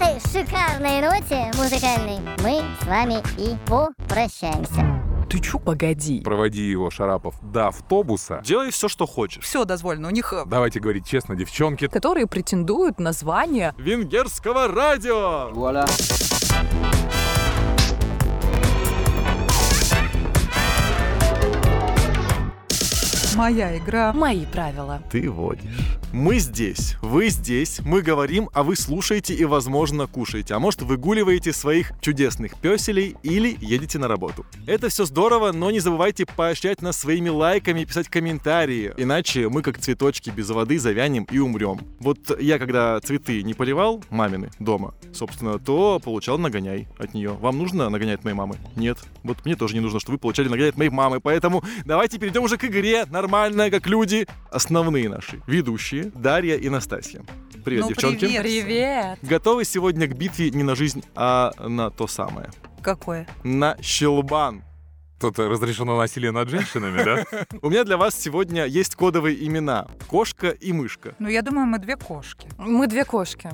этой шикарной ноте музыкальной мы с вами и попрощаемся. Ты чё, погоди. Проводи его, Шарапов, до автобуса. Делай все, что хочешь. Все дозволено. У них... Давайте говорить честно, девчонки. Которые претендуют на звание Венгерского радио! Вуаля. Моя игра. «Мои правила». Ты водишь. Мы здесь, вы здесь, мы говорим, а вы слушаете и, возможно, кушаете. А может, выгуливаете своих чудесных пёселей или едете на работу. Это все здорово, но не забывайте поощрять нас своими лайками и писать комментарии. Иначе мы, как цветочки без воды, завянем и умрем. Вот я, когда цветы не поливал, мамины, дома, собственно, то получал нагоняй от нее. Вам нужно нагонять от моей мамы? Нет. Вот мне тоже не нужно, чтобы вы получали нагоняй от моей мамы. Поэтому давайте перейдем уже к игре, нормально, как люди. Основные наши ведущие Дарья и Настасья. Привет, девчонки. Привет. Готовы сегодня к битве не на жизнь, а на то самое? Какое? На щелбан. Тут разрешено насилие над женщинами, да? У меня для вас сегодня есть кодовые имена. Кошка и мышка. Ну, я думаю, мы две кошки. Мы две кошки.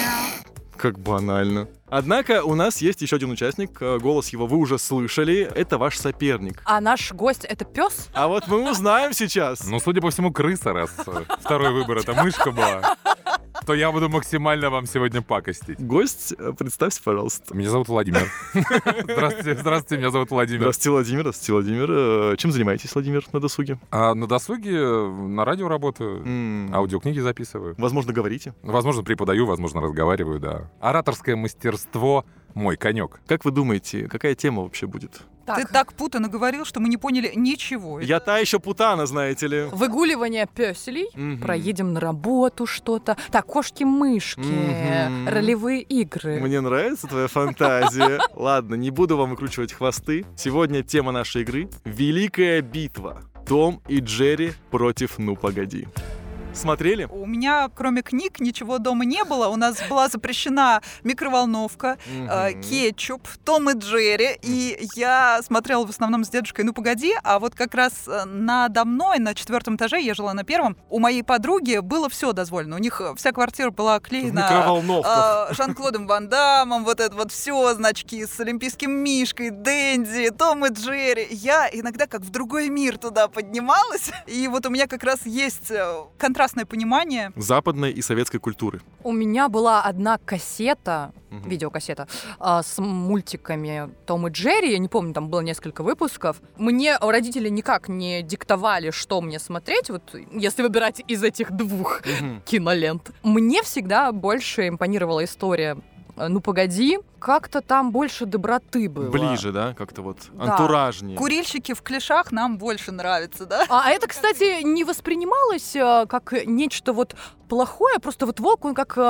Как банально. Однако у нас есть еще один участник, голос его вы уже слышали, это ваш соперник. А наш гость — это пес? А вот мы узнаем сейчас. Ну, судя по всему, крыса, раз второй выбор — это мышка была, то я буду максимально вам сегодня пакостить. Гость, представься, пожалуйста. Меня зовут Владимир. Здравствуйте, меня зовут Владимир. Здравствуйте, Владимир. Здравствуйте, Владимир. Чем занимаетесь, Владимир, на досуге? А на досуге на радио работаю, аудиокниги записываю. Возможно, говорите. Возможно, преподаю, возможно, разговариваю, да. Ораторское мастерство — мой конек. Как вы думаете, какая тема вообще будет? Ты так путано говорил, что мы не поняли ничего. Я та еще путана, знаете ли. Выгуливание пёселей. Мгм. Проедем на работу что-то. Так, кошки-мышки. Мгм. Ролевые игры. Мне нравится твоя фантазия. Ладно, не буду вам выкручивать хвосты. Сегодня тема нашей игры — Великая битва. Том и Джерри против «Ну, погоди». Смотрели? У меня, кроме книг, ничего дома не было. У нас была запрещена микроволновка, кетчуп, Том и Джерри. И я смотрела в основном с дедушкой «Ну, погоди». А вот как раз надо мной, на 4-м этаже, я жила на 1-м, у моей подруги было все дозволено. У них вся квартира была В клеена микроволновках. Жан-Клодом Ван Даммом, вот это вот все, значки с Олимпийским мишкой, Дэнди, Том и Джерри. Я иногда как в другой мир туда поднималась. И вот у меня как раз есть контрастное понимание Западной и советской культуры. У меня была одна кассета, видеокассета, с мультиками «Том и Джерри». Я не помню, там было несколько выпусков. Мне родители никак не диктовали, что мне смотреть, вот если выбирать из этих двух кинолент. Мне всегда больше импонировала история «Ну, погоди». Как-то там больше доброты было. Ближе, да? Как-то вот Да. антуражнее. Курильщики в клешах нам больше нравятся, да? А это, кстати, не воспринималось как нечто вот плохое, просто вот волк, он как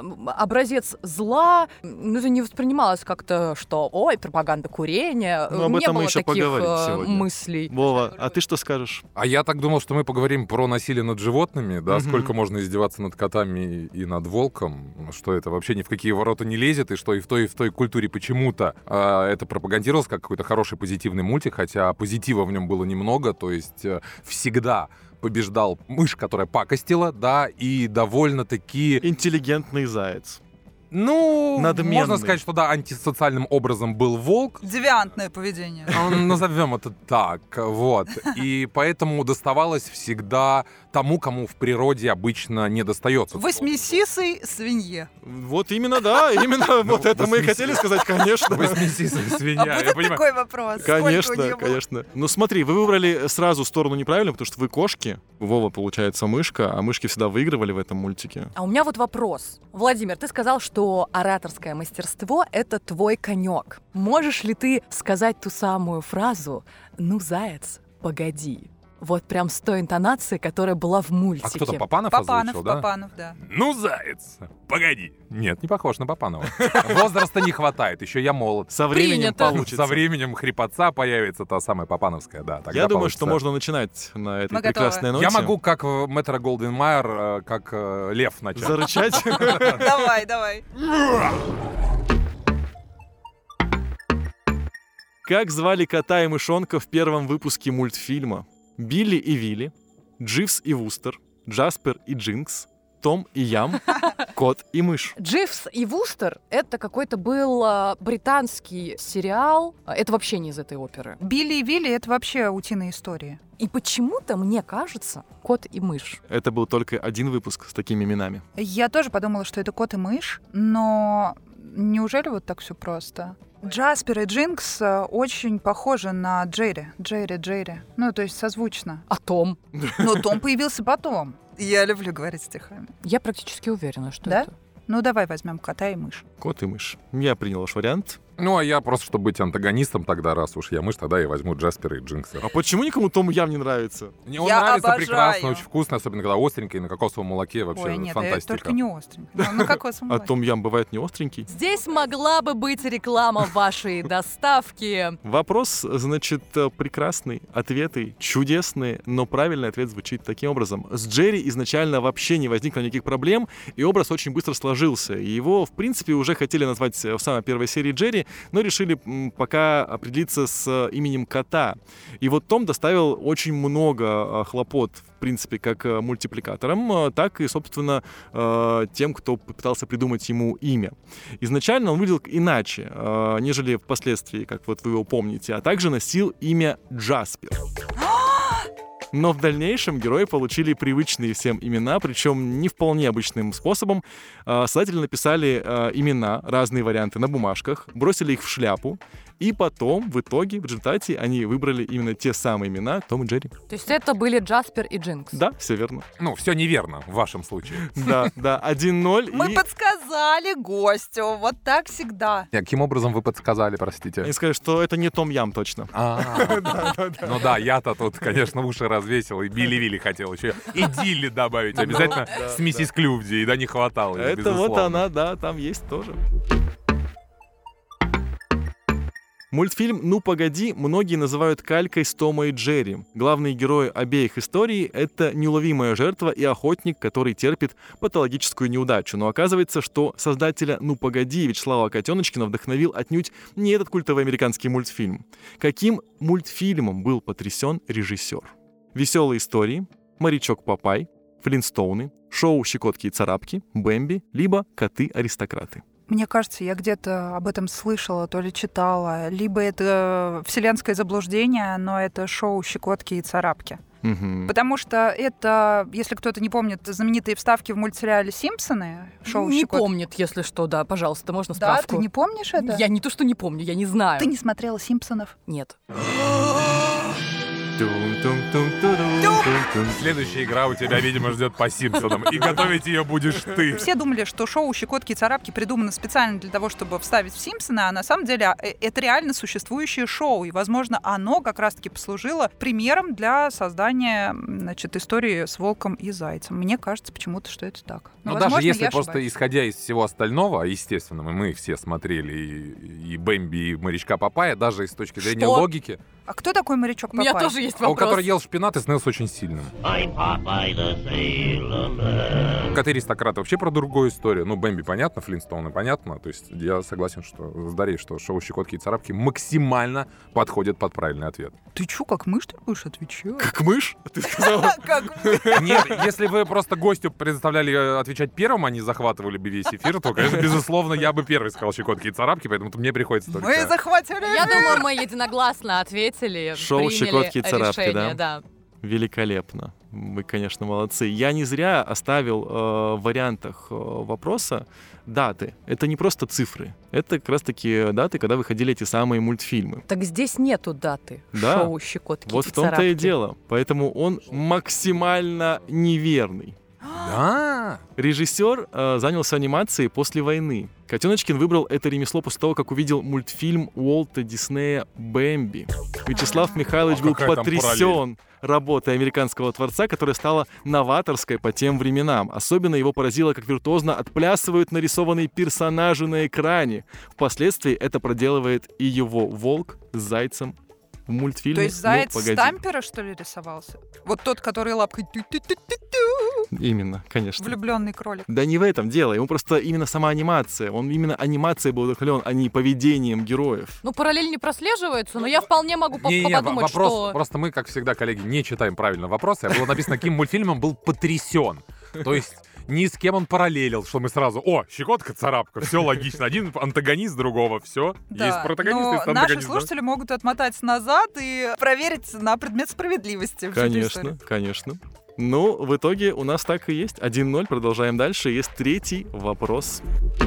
образец зла. Ну, это не воспринималось как-то, что, ой, пропаганда курения. Ну, об не этом мы было еще таких поговорим сегодня. мыслей. Вова, а ты что скажешь? А я так думал, что мы поговорим про насилие над животными, да, сколько можно издеваться над котами и над волком, что это вообще ни в какие ворота не лезет, и что и в той культуре почему-то это пропагандировалось как какой-то хороший позитивный мультик, хотя позитива в нем было немного, то есть всегда побеждал мышь, которая пакостила, да, и довольно-таки... Интеллигентный заяц. Ну, Надменный. можно сказать, что да, антисоциальным образом был волк. Девиантное поведение. Назовем это так, вот. И поэтому доставалось всегда тому, кому в природе обычно не достается. Восьмисисой свинье. Вот именно, да, именно вот это мы и хотели сказать, конечно. Восьмисисая свинья, А я будет понимаю. такой вопрос? Сколько у Конечно, нее было? конечно. Ну смотри, вы выбрали сразу сторону неправильно, потому что вы кошки, Вова, получается, мышка, а мышки всегда выигрывали в этом мультике. А у меня вот вопрос. Владимир, ты сказал, что ораторское мастерство — это твой конек. Можешь ли ты сказать ту самую фразу «Ну, заяц, погоди»? Вот прям с той интонацией, которая была в мультике. А кто-то Папанов озвучил, да? Папанов, да. Ну, заяц, погоди. Нет, не похож на Папанова. Возраста не хватает, еще я молод. Со временем Принято. получится. Со временем хрипотца появится та самая Папановская, да. Тогда Я думаю, получится. что можно начинать на этой Мы прекрасной готовы. ноте. Я могу, как Мэтра Голденмайер, как лев начать. Зарычать. Давай. Как звали кота и мышонка в первом выпуске мультфильма? Билли и Вилли, Дживс и Вустер, Джаспер и Джинкс, Том и Ям, Кот и мышь. Дживс и Вустер — это какой-то был британский сериал. Это вообще не из этой оперы. Билли и Вилли — это вообще утиные истории. И почему-то, мне кажется, Кот и мышь. Это был только один выпуск с такими именами. Я тоже подумала, что это Кот и мышь, но неужели вот так все просто? Джаспер и Джинкс очень похожи на Джерри. Ну, то есть созвучно. А Том? Но Том появился потом. Я люблю говорить стихами. Я практически уверена, что Да? это. Ну, давай возьмем кота и мышь. Кот и мышь. Я принял ваш вариант. Ну, а я просто, чтобы быть антагонистом тогда, раз уж я мышь, тогда я возьму Джаспера и Джинкса. А почему никому Том и Ям не нравится? Мне он Я нравится обожаю. прекрасно, очень вкусно, особенно когда остренький, на кокосовом молоке вообще Ой, нет, фантастика. только не остренько. Ну, как вас А Том Ям бывает не остренький. Здесь могла бы быть реклама вашей доставки. Вопрос, значит, прекрасный, ответы чудесные, но правильный ответ звучит таким образом. С Джерри изначально вообще не возникло никаких проблем, и образ очень быстро сложился. И его, в принципе, уже хотели назвать в самой первой серии Джерри, но решили пока определиться с именем кота. И вот Том доставил очень много хлопот, в принципе, как мультипликаторам, так и, собственно, тем, кто пытался придумать ему имя. Изначально он выглядел иначе, нежели впоследствии, как вот вы его помните, а также носил имя Джаспер. Но в дальнейшем герои получили привычные всем имена, причем не вполне обычным способом. Создатели написали имена, разные варианты на бумажках, бросили их в шляпу, и потом, в итоге, в результате, они выбрали именно те самые имена Том и Джерри. То есть это были Джаспер и Джинкс? Да, все верно. Ну, все неверно в вашем случае. Да, 1-0. Мы и подсказали гостю. Вот так всегда. Каким образом вы подсказали, простите? они сказали, что это не Том Ям точно. Ну да, я-то тут, конечно, уши развесил, и Билли-Вилли хотел еще и Дилли добавить обязательно с миссис Клювди, и да не хватало. её, Это вот безусловно. она, да, там есть тоже. Мультфильм «Ну, погоди» многие называют калькой с Тома и Джерри. Главные герои обеих историй — это неуловимая жертва и охотник, который терпит патологическую неудачу. Но оказывается, что создателя «Ну, погоди» Вячеслава Котеночкина вдохновил отнюдь не этот культовый американский мультфильм. Каким мультфильмом был потрясен режиссер? «Веселые истории», «Морячок Папай», «Флинстоуны», шоу «Щекотки и царапки», «Бэмби», либо «Коты-аристократы». Мне кажется, я где-то об этом слышала, то ли читала. Либо это вселенское заблуждение, но это шоу «Щекотки и царапки». Мгм. Потому что это, если кто-то не помнит, знаменитые вставки в мультсериале «Симпсоны», шоу Не «Щекотки». помнит, если что, да, пожалуйста, можно Да, справку. ты не помнишь это? Я не то, что не помню, я не знаю. Ты не смотрела «Симпсонов»? Нет. Тум-тум-тум-турум-тум-тум. Следующая игра у тебя, видимо, ждет по Симпсонам, и готовить ее будешь ты. Все думали, что шоу «Щекотки и царапки» придумано специально для того, чтобы вставить в «Симпсоны», а на самом деле это реально существующее шоу, и, возможно, оно как раз-таки послужило примером для создания, значит, истории с волком и зайцем. Мне кажется почему-то, что это так. Но, Ну, даже возможно, если я просто ошибаюсь. исходя из всего остального, естественно, мы все смотрели и Бэмби, и Морячка Папая, даже с точки зрения Что? логики, А кто такой морячок У меня Папай? тоже есть у вопрос. которого ел шпинат и становился очень сильным. Коты-аристократы вообще про другую историю. Ну, Бэмби понятно, Флинстоуны понятно. То есть я согласен с Дарьей, что шоу «Щекотки и царапки» максимально подходит под правильный ответ. Ты чё, как мышь ты будешь отвечать? Как мышь? Ты сказала? Как Нет, если вы просто гостю предоставляли отвечать первым, а не захватывали бы весь эфир, то, конечно, безусловно, я бы первый сказал «Щекотки и царапки», поэтому мне приходится только... Мы захватили Я думаю, мы единогласно ответили. Шоу приняли «Щекотки и царапки», решение, да? Великолепно. Вы, конечно, молодцы. Я не зря оставил в вариантах вопроса даты. Это не просто цифры. Это как раз-таки даты, когда выходили эти самые мультфильмы. Так здесь нету даты Да. шоу «Щекотки Вот и в том-то царапки». и дело. Поэтому он максимально неверный. Да. Режиссер занялся анимацией после войны. Котеночкин выбрал это ремесло после того, как увидел мультфильм Уолта Диснея «Бэмби». Вячеслав Михайлович был какая там потрясен работой американского творца, которая стала новаторской по тем временам. Особенно его поразило, как виртуозно отплясывают нарисованные персонажи на экране. Впоследствии это проделывает и его волк с зайцем в мультфильме. То есть «Ну, заяц погоди». Стампера, что ли, рисовался? Вот тот, который лапкой Именно, конечно. влюбленный кролик. Да не в этом дело, ему просто именно сама анимация. Он именно анимацией был вдохновлен, а не поведением героев. Ну, параллель не прослеживается, но я вполне могу подумать, вопрос, что... просто мы, как всегда, коллеги, не читаем правильно вопросы. А было написано, каким мультфильмом был потрясен. То есть ни с кем он параллелил, что мы сразу, щекотка, царапка, все логично. Один антагонист другого, все. Да, Есть протагонист, но есть наши антагонист. слушатели могут отмотать назад и проверить на предмет справедливости. всю эту историю. Конечно. Ну, в итоге у нас так и есть. 1-0, продолжаем дальше. Есть третий вопрос.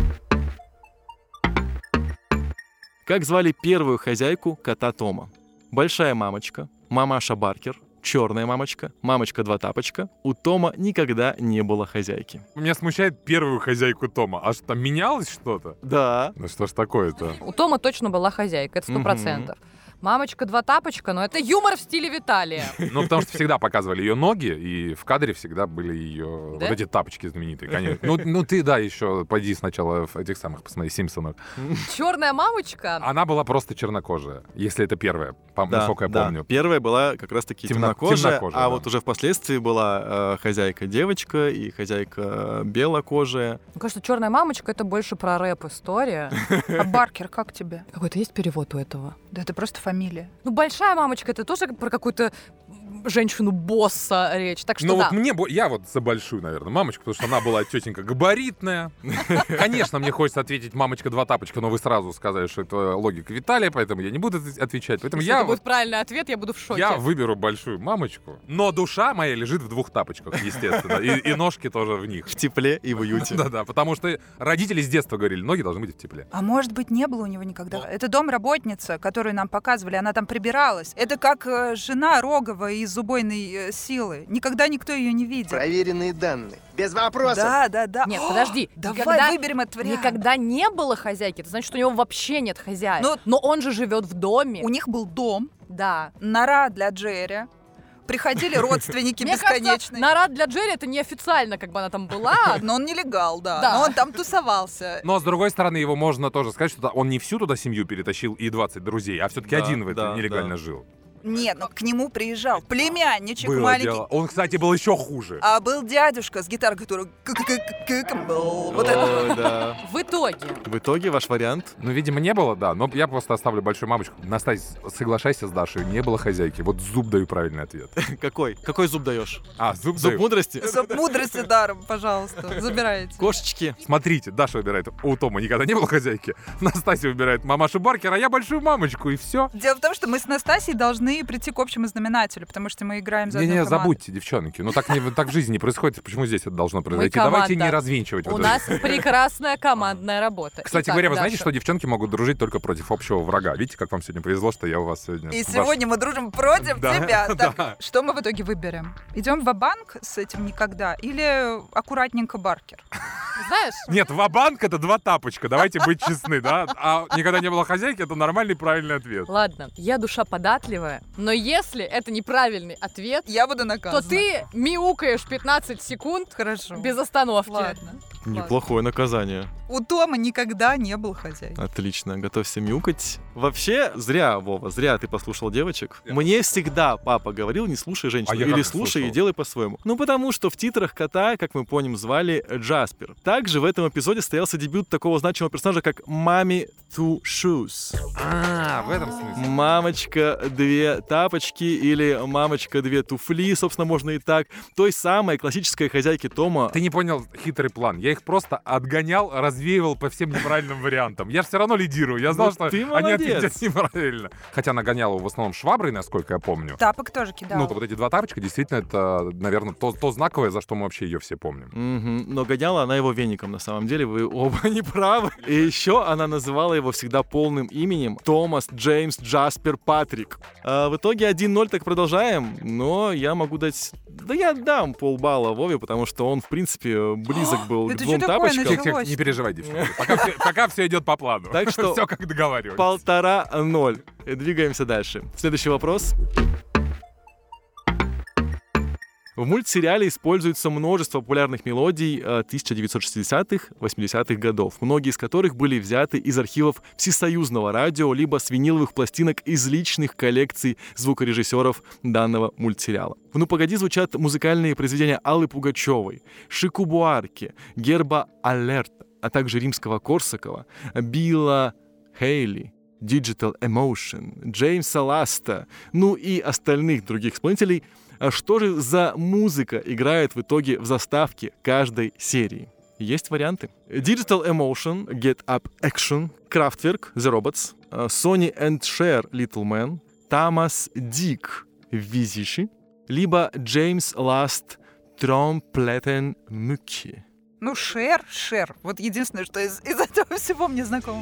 Как звали первую хозяйку кота Тома? Большая мамочка, мамаша Баркер, черная мамочка, мамочка два тапочка. У Тома никогда не было хозяйки. Меня смущает первую хозяйку Тома. А что, там менялось что-то? Да. Ну что ж такое-то? У Тома точно была хозяйка, это 100%. Мамочка два тапочка, но это юмор в стиле Виталия. Ну, потому что всегда показывали ее ноги, и в кадре всегда были ее Да? вот эти тапочки знаменитые, конечно. Ну ты, да, еще пойди сначала в этих самых, посмотри, Симпсонов. Черная мамочка. Она была просто чернокожая, если это первая, насколько я помню. Первая была как раз-таки темнокожая, темнокожая, а да. вот уже впоследствии была хозяйка девочка и хозяйка белокожая. Мне кажется, черная мамочка это больше про рэп-история. А Баркер, как тебе? Какой-то есть перевод у этого? Да это просто фамилия. Ну, большая мамочка это тоже про какую-то женщину-босса речь. Так что Ну да. вот я вот за большую, наверное, мамочку, потому что она была тетенька габаритная. Конечно, мне хочется ответить мамочка два тапочка, но вы сразу сказали, что это логика Виталия, поэтому я не буду отвечать. Поэтому Если это будет правильный ответ, я буду в шоке. я выберу большую мамочку, но душа моя лежит в двух тапочках, естественно, и ножки тоже в них. В тепле и в уюте. Да-да, потому что родители с детства говорили, ноги должны быть в тепле. А может быть, не было у него никогда? Это домработница, которую нам показывали, она там прибиралась. Это как жена Рогова из «Убойной силы». Никогда никто ее не видел. Проверенные данные. Без вопросов. Да. Нет, подожди. Давай Никогда- выберем этот вариант. Никогда не было хозяйки, это значит, что у него вообще нет хозяев. Ну, но он же живет в доме. У них был дом, Да. нора для Джерри. Приходили родственники Мне кажется, бесконечные. нарад для Джерри это неофициально, как бы она там была. Но он нелегал, да. Да. Но он там тусовался. Но, с другой стороны, его можно тоже сказать, что он не всю туда семью перетащил и 20 друзей, а все-таки Да, один в этом да, нелегально да. жил. Нет, но к нему приезжал племянничек Было маленький. дело. Он, кстати, был еще хуже. А был дядюшка с гитарой, который... Вот это. О, да. В итоге. В итоге ваш вариант. Ну, видимо, не было, да. Но я просто оставлю большую мамочку. Настась, соглашайся с Дашей, не было хозяйки. Вот зуб даю правильный ответ. Какой? Какой зуб даешь? Зуб Зуб даю. мудрости? Зуб мудрости даром, пожалуйста, забирайте. Кошечки. Смотрите, Даша выбирает. У Тома никогда не было хозяйки. Настасья выбирает мамашу Баркер, а я большую мамочку, и все. Дело в том, что мы с Настасьей должны прийти к общему знаменателю, потому что мы играем за одну Не-не, команду. забудьте, девчонки. Ну так в жизни не происходит. Почему здесь это должно произойти? команда. Давайте не развенчивать. У вот нас это. прекрасная командная работа. Кстати Итак, говоря, вы знаете, Даша. что девчонки могут дружить только против общего врага. Видите, как вам сегодня повезло, что я у вас сегодня... И сегодня мы дружим против Да, тебя. да. Так, что мы в итоге выберем? Идем ва-банк с этим никогда или аккуратненько Баркер? Знаешь, Нет, ва-банк — это два тапочка, давайте быть честны, да? А никогда не было хозяйки — это нормальный правильный ответ. ладно, я душа податливая, но если это неправильный ответ, Я буду то наказана. ты мяукаешь 15 секунд Хорошо. без остановки. Ладно. Неплохое наказание. У Тома никогда не был хозяин. Отлично, готовься мяукать. Вообще, зря, Вова, зря ты послушал девочек. Мне всегда папа говорил, не слушай женщину. А я Или как слушай слушал? и делай по-своему. Ну, потому что в титрах кота, как мы помним, звали Джаспер. Также в этом эпизоде состоялся дебют такого значимого персонажа, как Mommy Two Shoes. В этом смысле. Мамочка две тапочки или мамочка две туфли, собственно, можно и так. Той самой классической хозяйки Тома. Ты не понял хитрый план. Я их просто отгонял, развеивал по всем неправильным вариантам. Я же все равно лидирую. Я знал, Ну, что ты они молодец. ответят неправильно. Хотя она гоняла его в основном шваброй, насколько я помню. Тапок тоже кидал. Ну, вот эти два тапочка, действительно, это, наверное, то знаковое, за что мы вообще ее все помним. Мгм. Но гоняла она его веником, на самом деле, вы оба не правы. И еще она называла его всегда полным именем Томас Джеймс Джаспер Патрик. А в итоге 1-0 так продолжаем, но я могу дать... Да я дам полбалла Вове, потому что он, в принципе, близок был к Это двум что такое тапочкам. началось? Тихо, не переживай, девчонки. Пока все идет по плану. Так что все как договаривались. 1,5-0. Двигаемся дальше. Следующий вопрос. В мультсериале используется множество популярных мелодий 1960-х, 80-х годов, многие из которых были взяты из архивов всесоюзного радио либо с виниловых пластинок из личных коллекций звукорежиссеров данного мультсериала. В «Ну погоди» звучат музыкальные произведения Аллы Пугачевой, Шику Буарке, Герба Алерта, а также римского Корсакова, Билла Хейли, Digital Emotion, Джеймса Ласта, ну и остальных других исполнителей. А что же за музыка играет в итоге в заставке каждой серии? Есть варианты. Digital Emotion, Get Up Action, Kraftwerk, The Robots, Sonny and Cher, Little Man, Thomas Dick, Визиши, либо Джеймс Ласт, Тромплетен Мюки. Ну, Шер. Вот единственное, что из этого всего мне знакомо.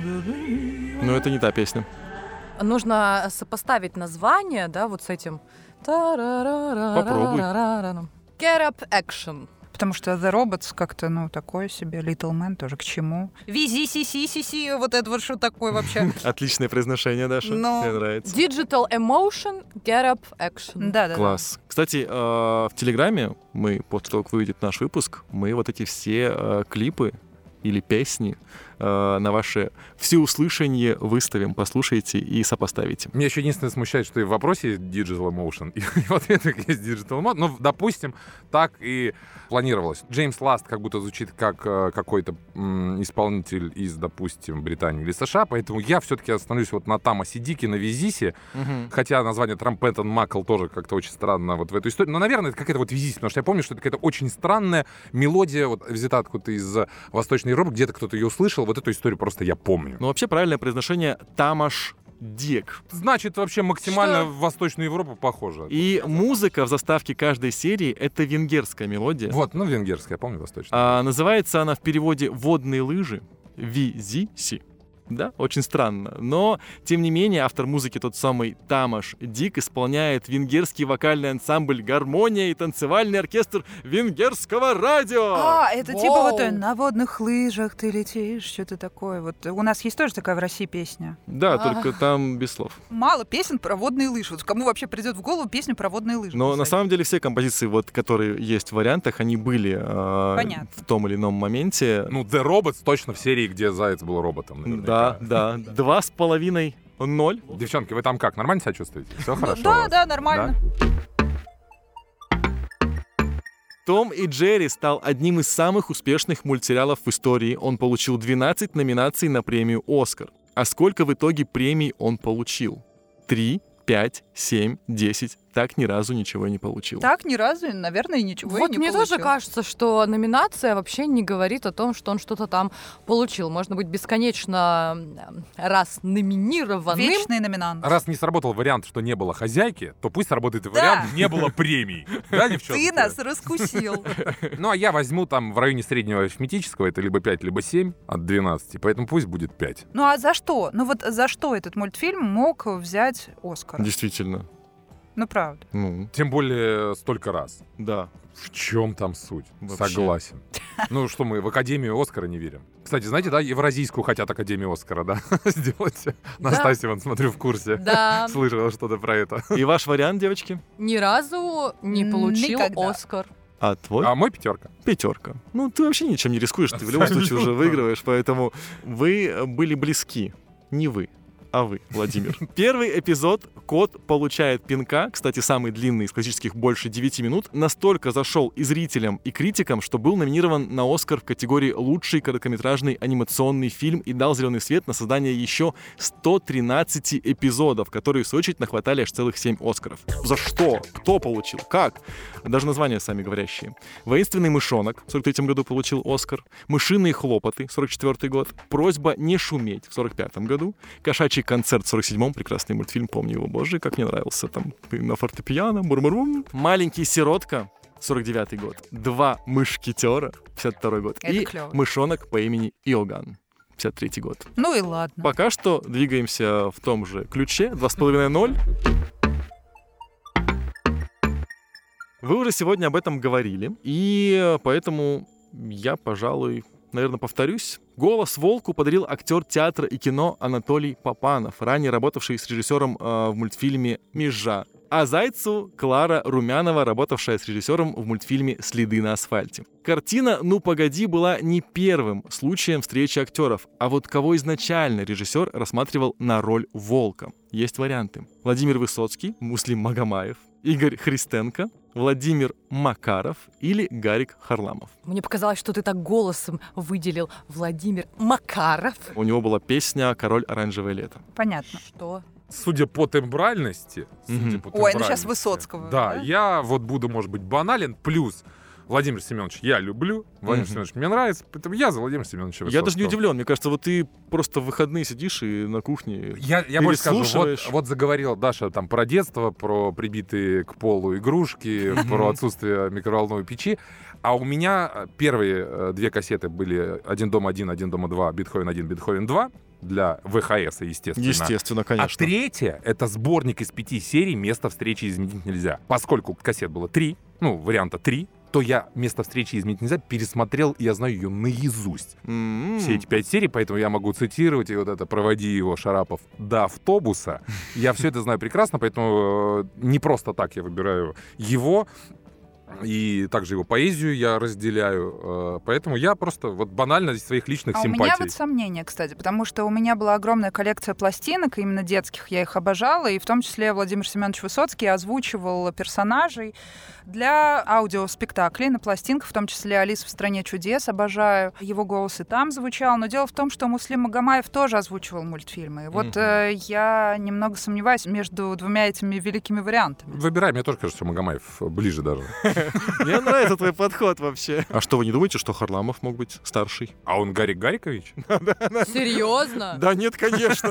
Но это не та песня. Нужно сопоставить название, да, вот с этим. Попробуй. Get Up Action. Потому что The Robots как-то, ну, такое себе. Little Man тоже к чему? Визи-си-си-си-си, вот это вот что такое вообще? Отличное произношение, Даша. Ну, мне нравится. Digital Emotion, Get Up Action. Да. Класс. Кстати, в Телеграме мы, после того, как выйдет наш выпуск, мы вот эти все клипы или песни на ваше всеуслышание выставим, послушайте и сопоставите. Меня еще единственное смущает, что и в вопросе есть Digital Emotion, и в ответах есть Digital Emotion. Ну, допустим, так и планировалось. Джеймс Ласт как будто звучит как какой-то исполнитель из, допустим, Британии или США, поэтому я все-таки остановлюсь вот на Тамасе Дике, на Визисе, хотя название Тромпетон Макл тоже как-то очень странно вот в эту историю. Но, наверное, это какая-то вот Визис, потому что я помню, что это какая-то очень странная мелодия, вот взята откуда-то из Восточной Европы, где-то кто-то ее услышал, вот эту историю просто я помню. Ну, вообще правильное произношение Тамаш Дик. Значит, вообще максимально в Восточную Европу похоже. И музыка в заставке каждой серии — это венгерская мелодия. Вот, ну, венгерская, я помню, восточная. Называется она в переводе «водные лыжи» — Визиси. Да, очень странно. Но, тем не менее, автор музыки, тот самый Тамаш Дик, исполняет венгерский вокальный ансамбль «Гармония» и танцевальный оркестр венгерского радио. Это типа вот на водных лыжах ты летишь, что-то такое. Вот у нас есть тоже такая в России песня. Да, только там без слов. Мало песен про водные лыжи. Вот кому вообще придет в голову песню про водные лыжи? Но на самом деле все композиции, вот, которые есть в вариантах, они были в том или ином моменте. Ну, The Robots точно в серии, где Заяц был роботом. Наверняка. Да. 2,5-0. Девчонки, вы там как? Нормально себя чувствуете? Все хорошо? Да, нормально. Да? Том и Джерри стал одним из самых успешных мультсериалов в истории. Он получил 12 номинаций на премию «Оскар». А сколько в итоге премий он получил? 3, 5, 7, 10. Так ни разу ничего и не получил. Так ни разу, наверное, ничего вот и не мне получил. тоже кажется, что номинация вообще не говорит о том, что он что-то там получил. Можно быть бесконечно раз номинированным. Вечный номинант. Раз не сработал вариант, что не было хозяйки, то пусть сработает и вариант «не было премий». Да, девчонки? Ты нас раскусил. Ну, а я возьму там в районе среднего арифметического, это либо 5, либо 7 от 12, поэтому пусть будет 5. Ну, а за что? Ну, вот за что этот мультфильм мог взять «Оскар»? Действительно. Ну, правда. Ну, Тем более столько раз. да. В чем там суть? Вообще. Согласен. Ну что, мы в Академию Оскара не верим? Кстати, знаете, да, Евразийскую хотят Академию Оскара, да, сделать? Настасья, вон, смотрю, в курсе. Да. Слышала что-то про это. И ваш вариант, девочки? Ни разу не получил Никогда. Оскар. А твой? А мой 5. 5. Ну, ты вообще ничем не рискуешь, ты в любом случае уже выигрываешь, поэтому вы были близки. Не вы, а вы, Владимир. Первый эпизод «Кот получает пинка», кстати, самый длинный из классических, больше 9 минут, настолько зашел и зрителям, и критикам, что был номинирован на «Оскар» в категории «Лучший короткометражный анимационный фильм» и дал зеленый свет на создание еще 113 эпизодов, которые, в свою очередь, нахватали аж целых 7 «Оскаров». За что? Кто получил? Как? Даже названия сами говорящие. «Воинственный мышонок» в 43 году получил «Оскар», «Мышиные хлопоты» в 44 год, «Просьба не шуметь» в 45 году, «Кошачий концерт» в 47-м, прекрасный мультфильм, помню его, боже, как мне нравился, там на фортепиано, мур-мур-мур. «Маленький сиротка» 49 год, «Два мушкетера» 52 год Это и клёво. «Мышонок по имени Иоганн» 53 год. Ну и ладно. Пока что двигаемся в том же ключе, 2,5-0. Вы уже сегодня об этом говорили, и поэтому я, пожалуй, наверное, повторюсь. Голос волку подарил актер театра и кино Анатолий Папанов, ранее работавший с режиссером в мультфильме «Межа». А зайцу Клара Румянова, работавшая с режиссером в мультфильме «Следы на асфальте». Картина «Ну, погоди» была не первым случаем встречи актеров, а вот кого изначально режиссер рассматривал на роль волка. Есть варианты. Владимир Высоцкий, Муслим Магомаев, Игорь Христенко, Владимир Макаров или Гарик Харламов? Мне показалось, что ты так голосом выделил Владимир Макаров. У него была песня «Король оранжевое лето». Понятно. Что? Судя по тембральности... Ой, ну сейчас Высоцкого. Да, я вот буду, может быть, банален. Плюс Владимир Семенович я люблю, Владимир Семенович мне нравится, поэтому я за Владимира Семеновича Высоцкого. Я даже не удивлен. Мне кажется, вот ты просто в выходные сидишь и на кухне Я больше скажу, переслушиваешь. вот заговорила Даша там про детство, про прибитые к полу игрушки, про отсутствие микроволновой печи. А у меня первые 2 кассеты были «Один дома 1», «Один дома 2», «Бетховен 1», «Бетховен 2» для ВХС, естественно. Естественно, конечно. А 3 — это сборник из 5 серий «Место встречи изменить нельзя». Поскольку кассет было 3, варианта 3, то я «Место встречи изменить нельзя» пересмотрел, и я знаю ее наизусть. Все эти 5 серий, поэтому я могу цитировать, и вот это «Проводи его, Шарапов, до автобуса». Я все это знаю прекрасно, поэтому не просто так я выбираю его. И также его поэзию я разделяю. Поэтому я просто вот банально из своих личных симпатий. У меня вот сомнения, кстати, потому что у меня была огромная коллекция пластинок, именно детских, я их обожала, и в том числе Владимир Семенович Высоцкий озвучивал персонажей для аудиоспектаклей на пластинках, в том числе «Алиса в стране чудес», обожаю. Его голос и там звучал, но дело в том, что Муслим Магомаев тоже озвучивал мультфильмы. И вот я немного сомневаюсь между двумя этими великими вариантами. Выбирай, мне тоже кажется, что Магомаев ближе даже. Мне нравится твой подход вообще. А что, вы не думаете, что Харламов мог быть старший? А он Гарик Гарикович? Серьезно? Да нет, конечно.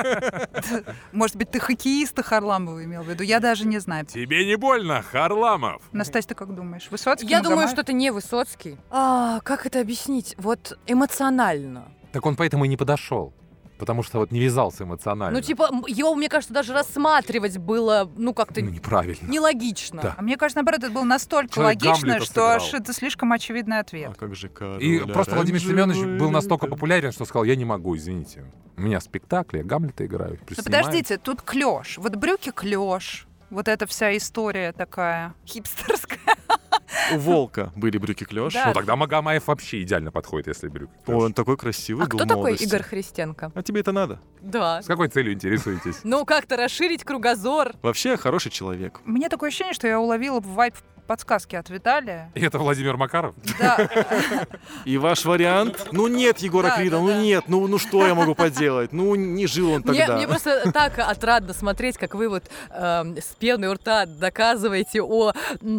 Может быть, ты хоккеиста Харламова имел в виду? Я даже не знаю. Тебе не больно, Харламов? Настасья, ты как думаешь? Высоцкий, Я думаю, Магомаев? что это не Высоцкий. Как это объяснить? Вот эмоционально. Так он поэтому и не подошел. Потому что вот не вязался эмоционально. Его, мне кажется, даже рассматривать было, как-то неправильно. нелогично. Да. А мне кажется, наоборот, это было настолько Человек логично, Гамлета что аж сыграл. это слишком очевидный ответ. А как же Король И просто Владимир Семенович был оранжевое настолько лето? популярен, что сказал, я не могу, извините. У меня спектакли, я Гамлета играю. Ну подождите, тут клёш. Вот брюки клёш. Вот эта вся история такая хипстерская. У Волка были брюки клёш. Да. Ну тогда Магомаев вообще идеально подходит, если брюки. Он такой красивый А был кто в такой молодости. Игорь Христенко? А тебе это надо? Да. С какой целью интересуетесь? Как-то расширить кругозор. Вообще хороший человек. У меня такое ощущение, что я уловила вайб подсказки от Виталия. И это Владимир Макаров? Да. И ваш вариант? Ну нет, Егора Да, Крида, да, ну да. нет, ну что я могу поделать? Ну не жил он тогда. Мне просто так отрадно смотреть, как вы вот с пеной у рта доказываете о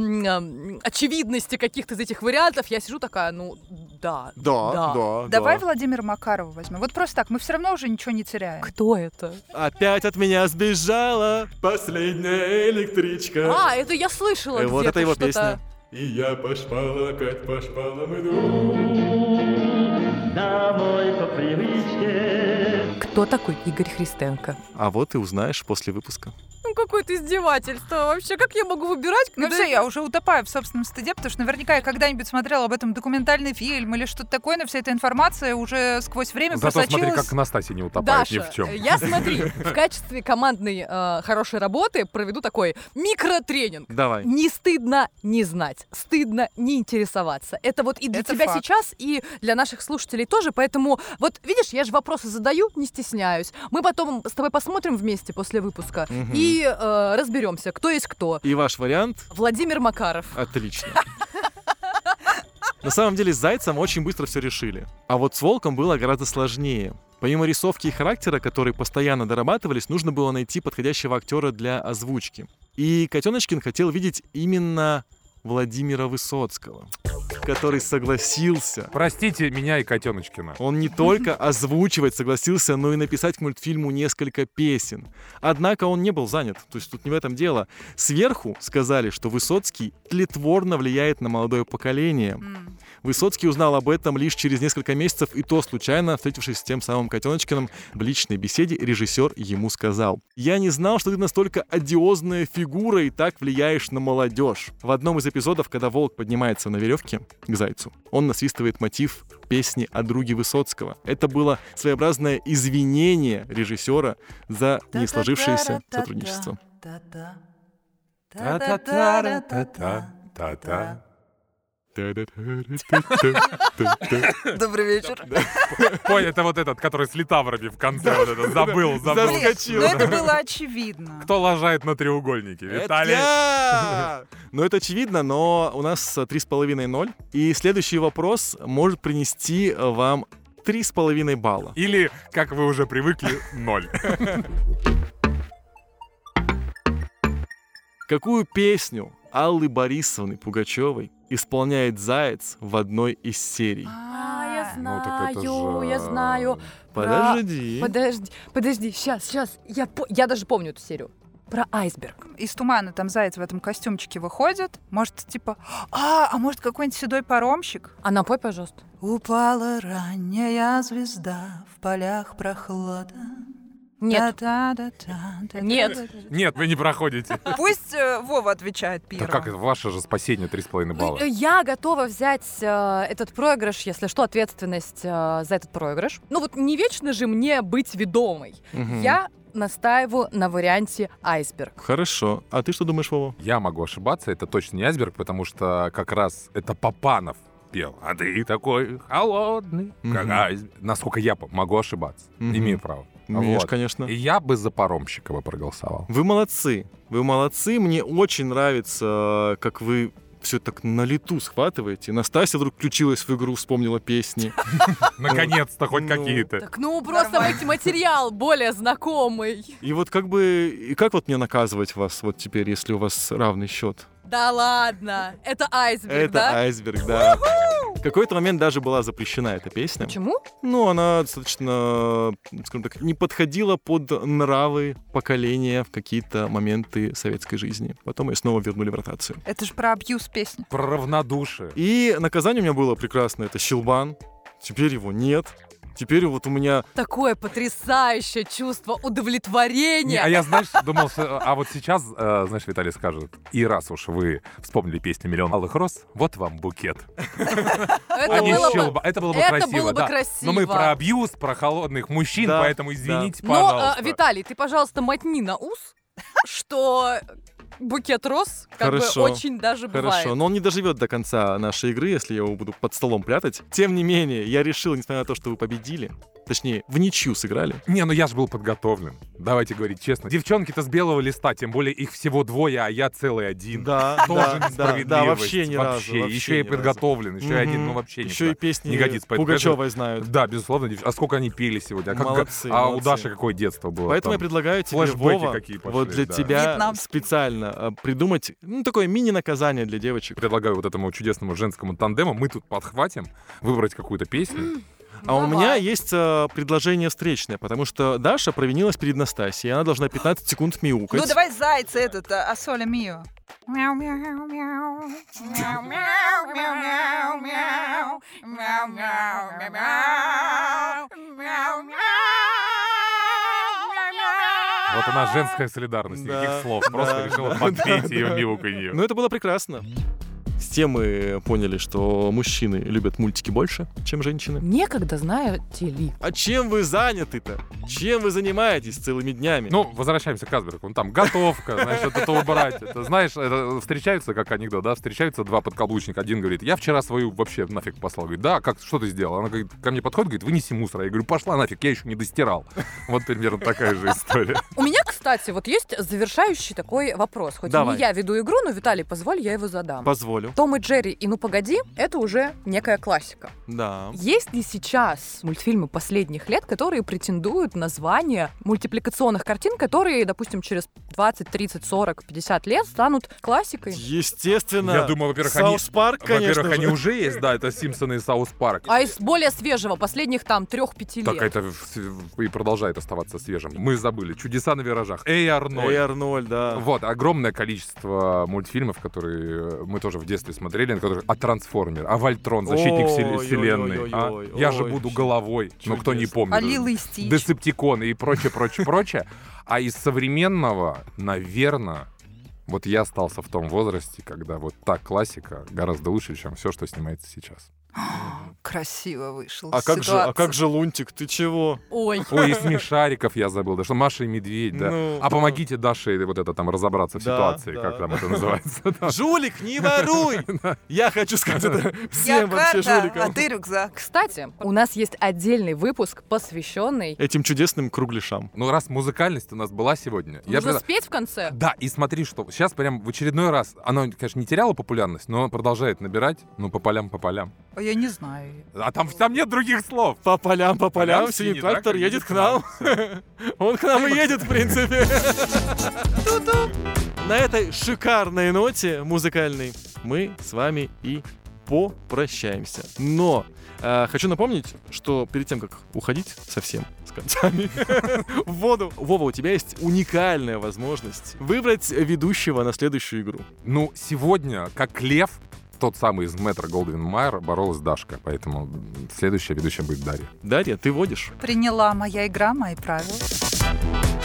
очевидности каких-то из этих вариантов. Я сижу такая, да. Да. Давай Владимира Макарова возьмем. Вот просто так, мы все равно уже ничего не теряем. Кто это? Опять от меня сбежала последняя электричка. Это я слышала Вот где-то это его что-то. песня. И я опять по шпалам иду домой по привычке. Кто такой Игорь Христенко? А вот и узнаешь после выпуска. Какое-то издевательство вообще. Как я могу выбирать? Ну все, я уже утопаю в собственном стыде, потому что наверняка я когда-нибудь смотрела об этом документальный фильм или что-то такое, но вся эта информация уже сквозь время Зато смотри, просочилась. как Настасья не утопает ни Даша, в чем. я смотри, в качестве командной хорошей работы проведу такой микротренинг. Давай. Не стыдно не знать, стыдно не интересоваться. Это вот и для Это тебя факт. сейчас, и для наших слушателей тоже. Поэтому, вот видишь, я же вопросы задаю, не стесняюсь. Мы потом с тобой посмотрим вместе после выпуска и разберемся, кто есть кто. И ваш вариант? Владимир Макаров. Отлично. На самом деле с Зайцем очень быстро все решили. А вот с Волком было гораздо сложнее. Помимо рисовки и характера, которые постоянно дорабатывались, нужно было найти подходящего актера для озвучки. И Котеночкин хотел видеть именно Владимира Высоцкого, который согласился. Простите меня и Котеночкина. Он не только озвучивать согласился, но и написать к мультфильму несколько песен. Однако он не был занят, то есть тут не в этом дело. Сверху сказали, что Высоцкий тлетворно влияет на молодое поколение. Высоцкий узнал об этом лишь через несколько месяцев, и то случайно, встретившись с тем самым Котеночкиным в личной беседе, режиссер ему сказал: «Я не знал, что ты настолько одиозная фигура и так влияешь на молодежь». В одном из эпизодов, когда Волк поднимается на веревке к Зайцу, он насвистывает мотив песни о друге Высоцкого. Это было своеобразное извинение режиссера за не сложившееся сотрудничество. Та-та-та-та-та-та-та. Добрый вечер. Понял, это вот этот, который с литаврами в конце. Вот это, забыл. Заскочил. Ну, это было очевидно. Кто лажает на треугольнике? Виталий. Ну, это очевидно, но у нас 3,5-0. И следующий вопрос может принести вам 3,5 балла. Или, как вы уже привыкли, 0. Какую песню Аллы Борисовны Пугачевой исполняет Заяц в одной из серий? Я Ну, так это знаю, же- я знаю. Подожди. Подожди, сейчас. Я даже помню эту серию. Про айсберг. Из тумана там заяц в этом костюмчике выходит. Может, типа, а может, какой-нибудь седой паромщик? А напой, пожалуйста. Упала ранняя звезда, в полях прохлада. Нет. Та-та-та-та-та. Нет. Нет, вы не проходите. Пусть Вова отвечает Да первым. как это? Ваше же спасение 3,5 балла. Я готова взять этот проигрыш, если что, ответственность за этот проигрыш. Ну вот не вечно же мне быть ведомой. Мгм. Я настаиваю на варианте айсберг. Хорошо. А ты что думаешь, Вова? Я могу ошибаться, это точно не айсберг, потому что как раз это Папанов пел. А ты такой холодный, как Мгм. айсберг. Насколько я могу ошибаться. Мгм. Имею право. Имеешь, Вот. конечно. И я бы за паромщика бы проголосовал. Вы молодцы. Вы молодцы. Мне очень нравится, как вы все так на лету схватываете. Настасья вдруг включилась в игру, вспомнила песни. Наконец-то хоть Ну. какие-то. Так ну просто материал более знакомый. И вот как бы... И как вот мне наказывать вас вот теперь, если у вас равный счет? Да ладно, это айсберг, Это да? айсберг, да. В какой-то момент даже была запрещена эта песня. Почему? Ну, она достаточно, скажем так, не подходила под нравы поколения в какие-то моменты советской жизни. Потом ее снова вернули в ротацию. Это же про абьюз песни. Про равнодушие. И наказание у меня было прекрасное. Это щелбан. Теперь его нет. Теперь вот у меня... Такое потрясающее чувство удовлетворения. А я, знаешь, думал, что... А вот сейчас, знаешь, Виталий скажет, и раз уж вы вспомнили песню «Миллион алых роз», вот вам букет. Это Это было бы это красиво, было бы да. красиво. Но мы про абьюз, про холодных мужчин, Да, поэтому извините, Но, пожалуйста. Виталий, ты, пожалуйста, мотни на ус, что букет роз как Хорошо. бы очень даже бывает. Хорошо, но он не доживет до конца нашей игры, если я его буду под столом прятать. Тем не менее, я решил, несмотря на то, что вы победили, точнее, в ничью сыграли. Не, ну я же был подготовлен. Давайте говорить честно. Девчонки-то с белого листа, тем более их всего двое, а я целый один. Да, Тоже несправедливость. да, вообще ни разу. Вообще. вообще Еще и ни разу. подготовлен, еще и один, Мгм. ну вообще Еще никуда и песни не годится. Поэтому Пугачевой знают. Да, безусловно. А сколько они пели сегодня? Молодцы, А у молодцы. Даши какое детство было? Поэтому я там? предлагаю тебе, флешбеки Вова, какие пошли, вот для да. тебя Вьетнам. специально придумать такое мини-наказание для девочек. Предлагаю вот этому чудесному женскому тандему, мы тут подхватим, выбрать какую-то песню. А у Давай. меня есть предложение встречное, потому что Даша провинилась перед Настасьей, и она должна 15 секунд мяукать. Ну давай зайца этот, Асоля Мио. Мяу, мяу, мяу. Мяу, мяу, мяу, мяу, мяу. Мяу, мяу, мяу, мяу. Мяу, мяу. Вот она, женская солидарность, Да, никаких слов. Просто да, решила да, подпеть ее мяуканье. Ну, это было прекрасно. С тем мы поняли, что мужчины любят мультики больше, чем женщины. Некогда, знаете ли. А чем вы заняты-то? Чем вы занимаетесь целыми днями? Ну, возвращаемся к Асбергу. Вон там готовка, значит, это убрать. Это, знаешь, это встречаются, как анекдот, да, встречаются два подкаблучника. Один говорит, я вчера свою вообще нафиг послал. Говорит, да, как, что ты сделал? Она говорит, ко мне подходит, говорит, вынеси мусор. Я говорю, пошла нафиг, я еще не достирал. Вот примерно такая же история. У меня, кстати, вот есть завершающий такой вопрос. Хоть Давай. не я веду игру, но, Виталий, позволь, я его задам. Позволю. Том и Джерри и «Ну погоди» — это уже некая классика. Да. Есть ли сейчас мультфильмы последних лет, которые претендуют на звание мультипликационных картин, которые, допустим, через 20, 30, 40, 50 лет станут классикой? Естественно. Я думаю, во-первых, они... Саус Парк, конечно Во-первых, же. они уже есть, да, это Симпсоны и Саус Парк. А из более свежего, последних там 3-5 Так лет? это и продолжает оставаться свежим. Мы забыли. «Чудеса на виражах». Эй, Арнольд. Эй, Арнольд, да. Вот, огромное количество мультфильмов, которые мы тоже в детстве смотрели, на которых... А «Трансформер», а «Вольтрон», «Защитник вселенной», а Ой-ой-ой-ой-ой. «Я же буду головой», ну кто не Чудесно. помнит. А Лило и Стич. «Десептиконы» и прочее, прочее, прочее. А из современного, наверное, вот я остался в том возрасте, когда вот та классика гораздо лучше, чем все, что снимается сейчас. красиво вышел. А как же Лунтик? Ты чего? Ой. Ой, из смешариков я забыл, да что Маша и Медведь, да. Ну, А помогите Даше вот это там разобраться в Да, ситуации, да. как там это называется. Да. Жулик, не воруй! Я хочу сказать это всем вообще карта, жуликам. а ты рюкзак. Кстати, у нас есть отдельный выпуск, посвященный... Этим чудесным кругляшам. Ну, раз музыкальность у нас была сегодня... Нужно спеть в конце? Да, и смотри, что сейчас прям в очередной раз, оно, конечно, не теряло популярность, но продолжает набирать, ну, по полям. А я не знаю. А там нет других слов. По полям, Полям синий синий трактор трактор едет к нам. Он к нам и едет, в принципе. На этой шикарной ноте музыкальной мы с вами и попрощаемся. Но хочу напомнить, что перед тем, как уходить совсем с концами в воду, Вова, у тебя есть уникальная возможность выбрать ведущего на следующую игру. Ну, сегодня, как лев, тот самый из Метро Голдвин Майер боролась Дашка, поэтому следующая ведущая будет Дарья. Дарья, ты водишь? Приняла моя игра, мои правила.